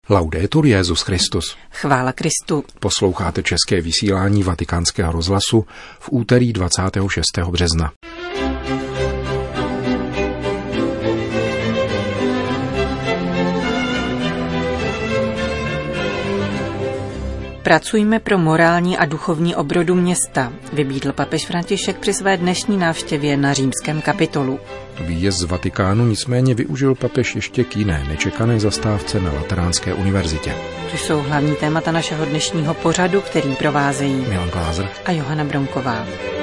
Laudetur Jesus Christus. Chvála Kristu. Posloucháte české vysílání Vatikánského rozhlasu v úterý 26. března. Pracujme pro morální a duchovní obrodu města, vybídl papež František při své dnešní návštěvě na římském Kapitolu. Výjezd z Vatikánu nicméně využil papež ještě k jiné nečekané zastávce na Lateránské univerzitě. To jsou hlavní témata našeho dnešního pořadu, kterým provázejí Milan Glázer a Johana Bronková.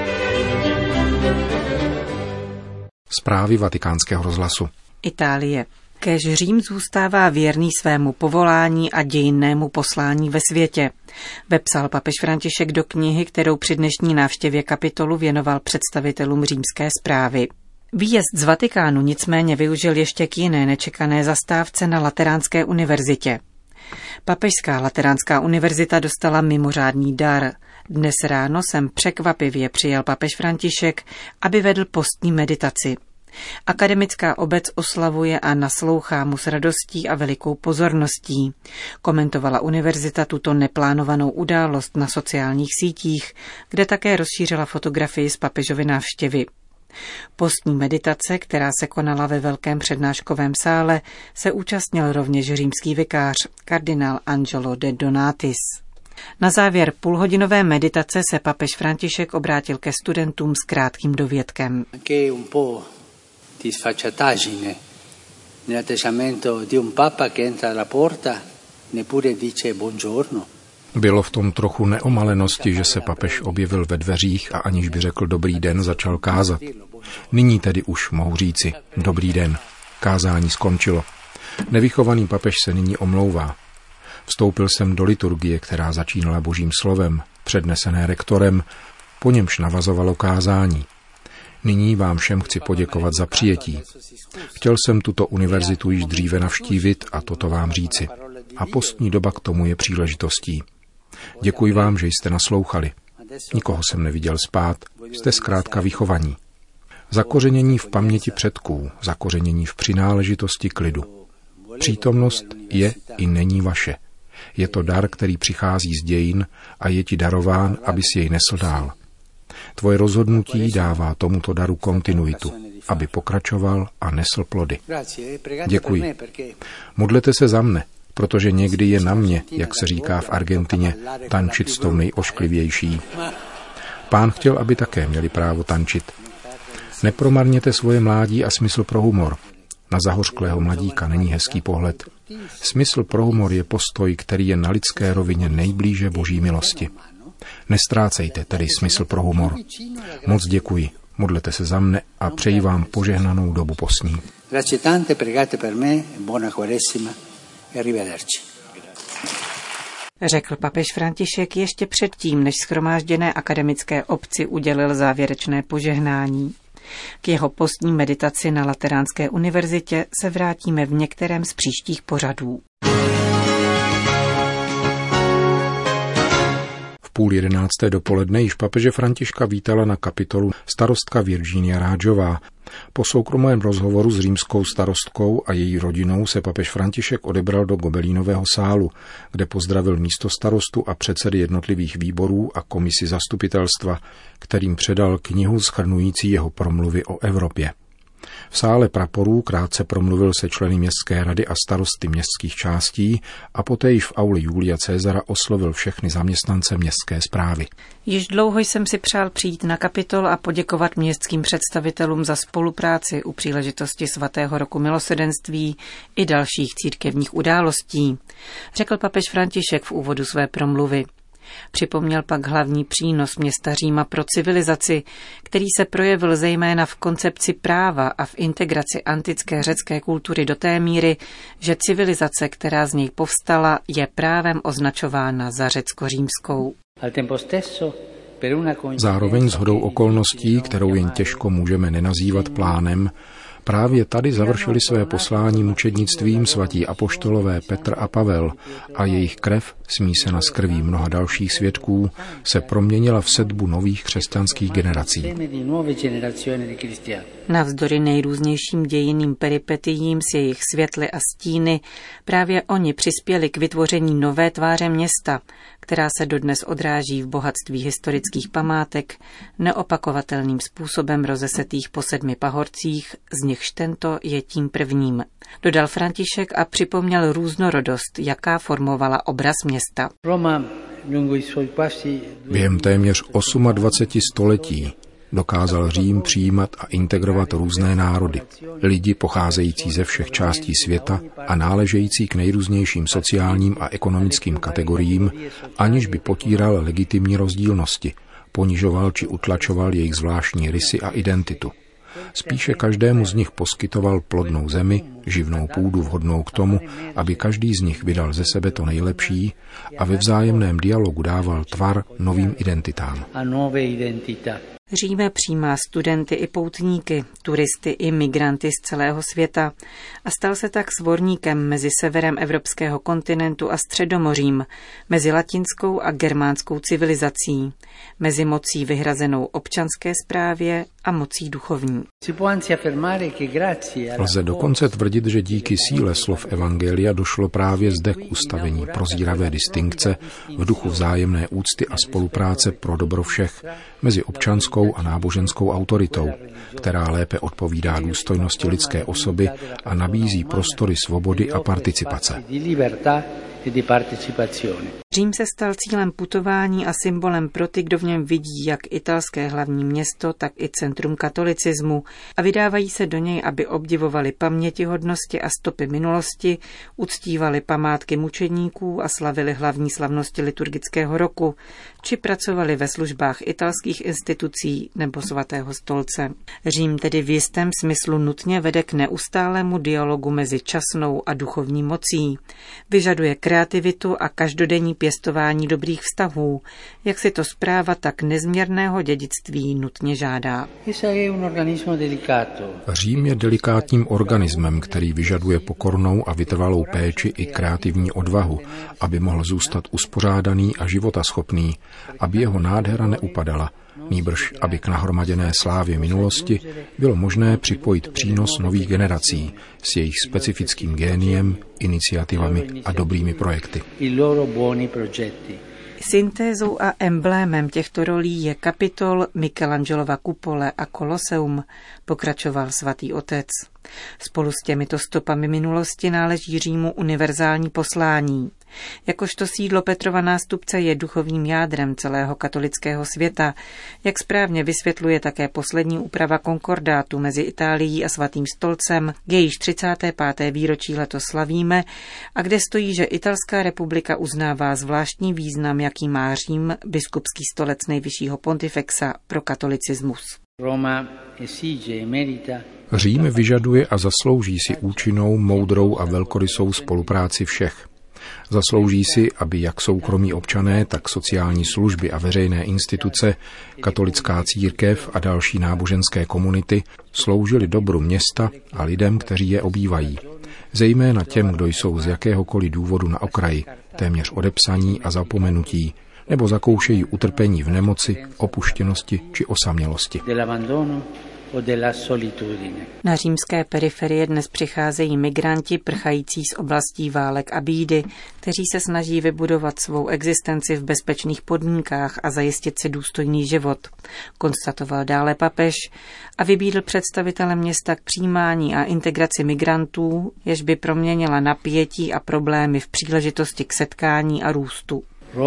Zprávy Vatikánského rozhlasu. Itálie. Kéž Řím zůstává věrný svému povolání a dějinnému poslání ve světě, vepsal papež František do knihy, kterou při dnešní návštěvě Kapitolu věnoval představitelům římské správy. Výjezd z Vatikánu nicméně využil ještě k jiné nečekané zastávce na Lateránské univerzitě. Papežská Lateránská univerzita dostala mimořádný dar. Dnes ráno sem překvapivě přijel papež František, aby vedl postní meditaci. Akademická obec oslavuje a naslouchá mu s radostí a velikou pozorností. Komentovala univerzita tuto neplánovanou událost na sociálních sítích, kde také rozšířila fotografii z papežovy návštěvy. Postní meditace, která se konala ve velkém přednáškovém sále, se účastnil rovněž římský vikář, kardinál Angelo de Donatis. Na závěr půlhodinové meditace se papež František obrátil ke studentům s krátkým dovětkem. Di sfacciataggine nell'atteggiamento di un papa che entra alla porta neppure dice buongiorno. Bylo v tom trochu neomalenosti, že se papež objevil ve dveřích a aniž by řekl dobrý den, začal kázat. Nyní tedy už mohu říci dobrý den. Kázání skončilo. Nevychovaný papež se nyní omlouvá. Vstoupil jsem do liturgie, která začínala božím slovem, přednesené rektorem, po němž navazovalo kázání. Nyní vám všem chci poděkovat za přijetí. Chtěl jsem tuto univerzitu již dříve navštívit a toto vám říci. A postní doba k tomu je příležitostí. Děkuji vám, že jste naslouchali. Nikoho jsem neviděl spát, jste zkrátka vychovaní. Zakořenění v paměti předků, zakořenění v přináležitosti k lidu. Přítomnost je i není vaše. Je to dar, který přichází z dějin a je ti darován, abys jej nesl dál. Tvoje rozhodnutí dává tomuto daru kontinuitu, aby pokračoval a nesl plody. Děkuji. Modlete se za mne, protože někdy je na mě, jak se říká v Argentině, tančit s tou nejošklivější. Pán chtěl, aby také měli právo tančit. Nepromarněte svoje mládí a smysl pro humor. Na zahořklého mladíka není hezký pohled. Smysl pro humor je postoj, který je na lidské rovině nejblíže boží milosti. Nestrácejte tedy smysl pro humor. Moc děkuji, modlete se za mne a přeji vám požehnanou dobu postní. Řekl papež František ještě předtím, než shromážděné akademické obci udělil závěrečné požehnání. K jeho postní meditaci na Lateránské univerzitě se vrátíme v některém z příštích pořadů. 10:30 dopoledne již papeže Františka vítala na Kapitolu starostka Virginia Rádžová. Po soukromém rozhovoru s římskou starostkou a její rodinou se papež František odebral do Gobelínového sálu, kde pozdravil místostarostu a předsedy jednotlivých výborů a komisi zastupitelstva, kterým předal knihu shrnující jeho promluvy o Evropě. V sále praporů krátce promluvil se členy městské rady a starosty městských částí a poté již v auli Julia Cezara oslovil všechny zaměstnance městské správy. Již dlouho jsem si přál přijít na Kapitol a poděkovat městským představitelům za spolupráci u příležitosti svatého roku milosrdenství i dalších církevních událostí, řekl papež František v úvodu své promluvy. Připomněl pak hlavní přínos města Říma pro civilizaci, který se projevil zejména v koncepci práva a v integraci antické řecké kultury do té míry, že civilizace, která z něj povstala, je právem označována za řecko-římskou. Zároveň shodou okolností, kterou jen těžko můžeme nenazývat plánem, právě tady završili své poslání mučednictvím svatí apoštolové Petr a Pavel a jejich krev smísena s krví mnoha dalších svědků, se proměnila v sedbu nových křesťanských generací. Navzdory nejrůznějším dějinným peripetiím s jejich světly a stíny, právě oni přispěli k vytvoření nové tváře města, která se dodnes odráží v bohatství historických památek, neopakovatelným způsobem rozesetých po 7 pahorcích, z nichž tento je tím prvním. Dodal František a připomněl různorodost, jaká formovala obraz města. Během téměř 28 století dokázal Řím přijímat a integrovat různé národy, lidi pocházející ze všech částí světa a náležející k nejrůznějším sociálním a ekonomickým kategoriím, aniž by potíral legitimní rozdílnosti, ponižoval či utlačoval jejich zvláštní rysy a identitu. Spíše každému z nich poskytoval plodnou zemi, živnou půdu vhodnou k tomu, aby každý z nich vydal ze sebe to nejlepší a ve vzájemném dialogu dával tvar novým identitám. Řím přijímá studenty i poutníky, turisty i migranty z celého světa a stal se tak svorníkem mezi severem evropského kontinentu a Středomořím, mezi latinskou a germánskou civilizací, mezi mocí vyhrazenou občanské správě a mocí duchovní. Lze dokonce tvrdit, že díky síle slov evangelia došlo právě zde k ustavení prozíravé distinkce v duchu vzájemné úcty a spolupráce pro dobro všech mezi občanskou a náboženskou autoritou, která lépe odpovídá důstojnosti lidské osoby a nabízí prostory svobody a participace. Řím se stal cílem putování a symbolem pro ty, kdo v něm vidí jak italské hlavní město, tak i centrum katolicismu a vydávají se do něj, aby obdivovali pamětihodnosti a stopy minulosti, uctívali památky mučedníků a slavili hlavní slavnosti liturgického roku, či pracovali ve službách italských institucí nebo svatého stolce. Řím tedy v jistém smyslu nutně vede k neustálému dialogu mezi časnou a duchovní mocí. Vyžaduje kreativitu a každodenní pěstování dobrých vztahů, jak si to správa tak nezměrného dědictví nutně žádá. Řím je delikátním organismem, který vyžaduje pokornou a vytrvalou péči i kreativní odvahu, aby mohl zůstat uspořádaný a životaschopný, aby jeho nádhera neupadala, nýbrž aby k nahromaděné slávě minulosti bylo možné připojit přínos nových generací s jejich specifickým géniem, iniciativami a dobrými projekty. Syntézou a emblémem těchto rolí je Kapitol, Michelangelova kupole a Koloseum, pokračoval svatý otec. Spolu s těmito stopami minulosti náleží Římu univerzální poslání. Jakožto sídlo Petrova nástupce je duchovním jádrem celého katolického světa, jak správně vysvětluje také poslední úprava konkordátu mezi Itálií a Svatým stolcem, jejíž 35. výročí letos slavíme, a kde stojí, že Italská republika uznává zvláštní význam, jaký má Řím, biskupský stolec nejvyššího pontifexa pro katolicismus. Řím vyžaduje a zaslouží si účinnou, moudrou a velkorysou spolupráci všech. Zaslouží si, aby jak soukromí občané, tak sociální služby a veřejné instituce, katolická církev a další náboženské komunity sloužily dobru města a lidem, kteří je obývají. Zejména těm, kdo jsou z jakéhokoliv důvodu na okraji, téměř odepsaní a zapomenutí, nebo zakoušejí utrpení v nemoci, opuštěnosti či osamělosti. Na římské periferie dnes přicházejí migranti prchající z oblastí válek a bídy, kteří se snaží vybudovat svou existenci v bezpečných podmínkách a zajistit si důstojný život, konstatoval dále papež a vybídl představitele města k přijímání a integraci migrantů, jež by proměnila napětí a problémy v příležitosti k setkání a růstu.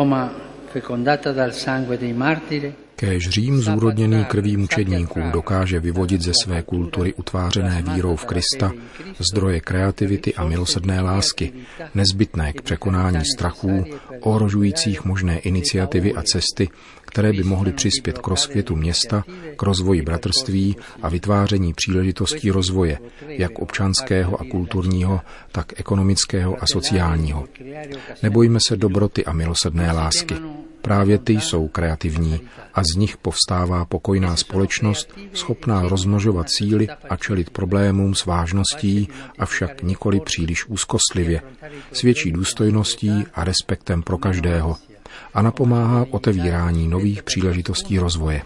Kéž Řím zúrodněný krví mučedníků dokáže vyvodit ze své kultury utvářené vírou v Krista zdroje kreativity a milosrdné lásky, nezbytné k překonání strachů, ohrožujících možné iniciativy a cesty, které by mohly přispět k rozkvětu města, k rozvoji bratrství a vytváření příležitostí rozvoje, jak občanského a kulturního, tak ekonomického a sociálního. Nebojme se dobroty a milosrdné lásky. Právě ty jsou kreativní a z nich povstává pokojná společnost, schopná rozmnožovat síly a čelit problémům s vážností, avšak nikoli příliš úzkostlivě, s větší důstojností a respektem pro každého a napomáhá k otevírání nových příležitostí rozvoje.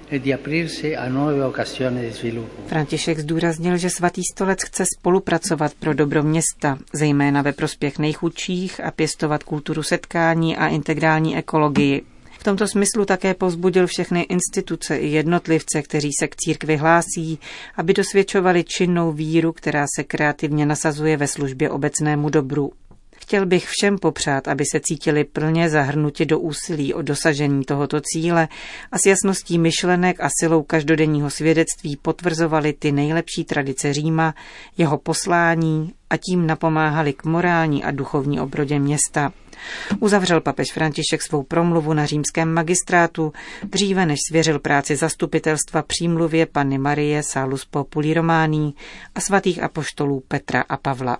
František zdůraznil, že Svatý stolec chce spolupracovat pro dobro města, zejména ve prospěch nejchudších a pěstovat kulturu setkání a integrální ekologii. V tomto smyslu také povzbudil všechny instituce i jednotlivce, kteří se k církvi hlásí, aby dosvědčovali činnou víru, která se kreativně nasazuje ve službě obecnému dobru. Chtěl bych všem popřát, aby se cítili plně zahrnuti do úsilí o dosažení tohoto cíle a s jasností myšlenek a silou každodenního svědectví potvrzovali ty nejlepší tradice Říma, jeho poslání a tím napomáhali k morální a duchovní obrodě města. Uzavřel papež František svou promluvu na římském magistrátu, dříve než svěřil práci zastupitelstva přímluvě Panny Marie Salus Populi Romani a svatých apoštolů Petra a Pavla.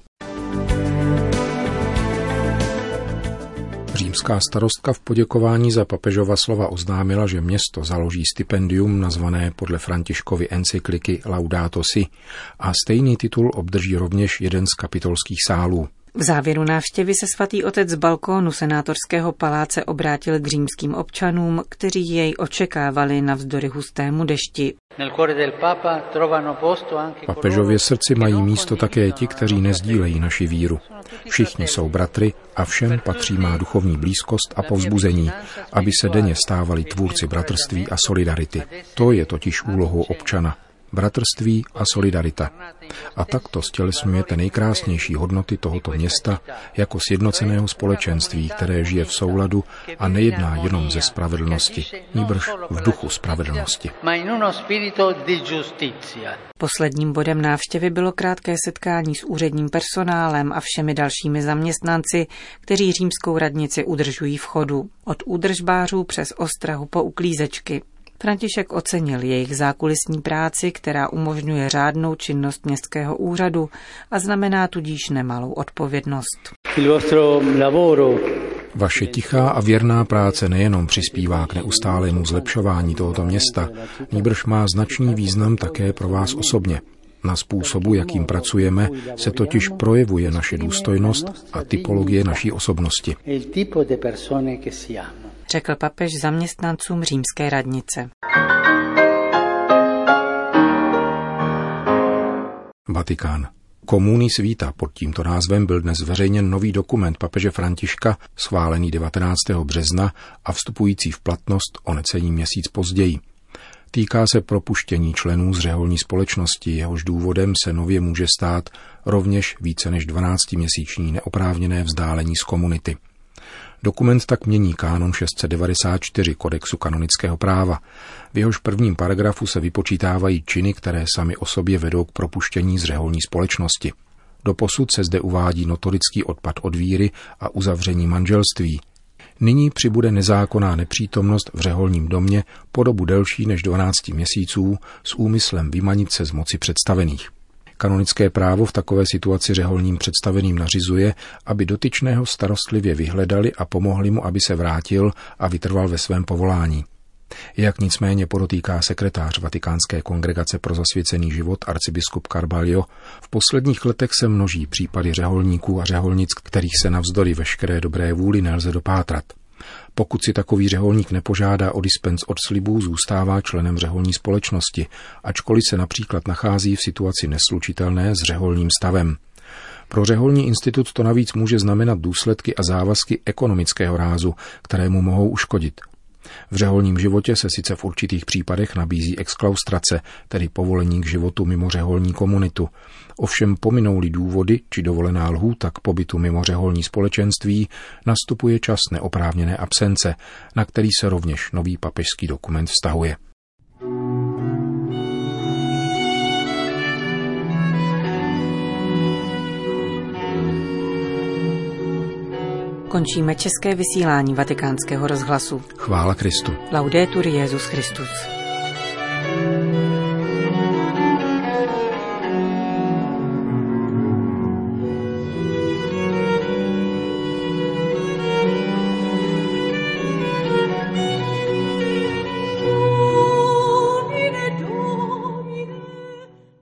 Římská starostka v poděkování za papežova slova oznámila, že město založí stipendium nazvané podle Františkovy encykliky Laudato Si a stejný titul obdrží rovněž jeden z kapitolských sálů. V závěru návštěvy se svatý otec z balkónu senátorského paláce obrátil k římským občanům, kteří jej očekávali navzdory hustému dešti. Papežově srdci mají místo také ti, kteří nezdílejí naši víru. Všichni jsou bratry a všem patří má duchovní blízkost a povzbuzení, aby se denně stávali tvůrci bratrství a solidarity. To je totiž úlohou občana. Bratrství a solidarita. A takto stělesňujete nejkrásnější hodnoty tohoto města jako sjednoceného společenství, které žije v souladu a nejedná jenom ze spravedlnosti, nýbrž v duchu spravedlnosti. Posledním bodem návštěvy bylo krátké setkání s úředním personálem a všemi dalšími zaměstnanci, kteří římskou radnici udržují v chodu. Od údržbářů přes ostrahu po uklízečky. František ocenil jejich zákulisní práci, která umožňuje řádnou činnost městského úřadu a znamená tudíž nemalou odpovědnost. Vaše tichá a věrná práce nejenom přispívá k neustálému zlepšování tohoto města, nýbrž má značný význam také pro vás osobně. Na způsobu, jakým pracujeme, se totiž projevuje naše důstojnost a typologie naší osobnosti. Řekl papež zaměstnancům římské radnice. Vatikán. Communis Vita, pod tímto názvem byl dnes zveřejněn nový dokument papeže Františka, schválený 19. března a vstupující v platnost o necelý měsíc později. Týká se propuštění členů z řeholní společnosti, jehož důvodem se nově může stát rovněž více než 12měsíční neoprávněné vzdálení z komunity. Dokument tak mění kánon 694 kodexu kanonického práva. V jehož prvním paragrafu se vypočítávají činy, které sami o sobě vedou k propuštění z řeholní společnosti. Doposud se zde uvádí notorický odpad od víry a uzavření manželství. Nyní přibude nezákonná nepřítomnost v řeholním domě po dobu delší než 12 měsíců s úmyslem vymanit se z moci představených. Kanonické právo v takové situaci řeholním představeným nařizuje, aby dotyčného starostlivě vyhledali a pomohli mu, aby se vrátil a vytrval ve svém povolání. Jak nicméně podotýká sekretář Vatikánské kongregace pro zasvěcený život arcibiskup Carballo, v posledních letech se množí případy řeholníků a řeholnic, kterých se navzdory veškeré dobré vůli nelze dopátrat. Pokud si takový řeholník nepožádá o dispens od slibů, zůstává členem řeholní společnosti, ačkoliv se například nachází v situaci neslučitelné s řeholním stavem. Pro řeholní institut to navíc může znamenat důsledky a závazky ekonomického rázu, které mu mohou uškodit. V řeholním životě se sice v určitých případech nabízí exklaustrace, tedy povolení k životu mimo řeholní komunitu. Ovšem pominou-li důvody či dovolená lhůta k pobytu mimo řeholní společenství, nastupuje čas neoprávněné absence, na který se rovněž nový papežský dokument vztahuje. Končíme české vysílání Vatikánského rozhlasu. Chvála Kristu. Laudetur Jesus Christus.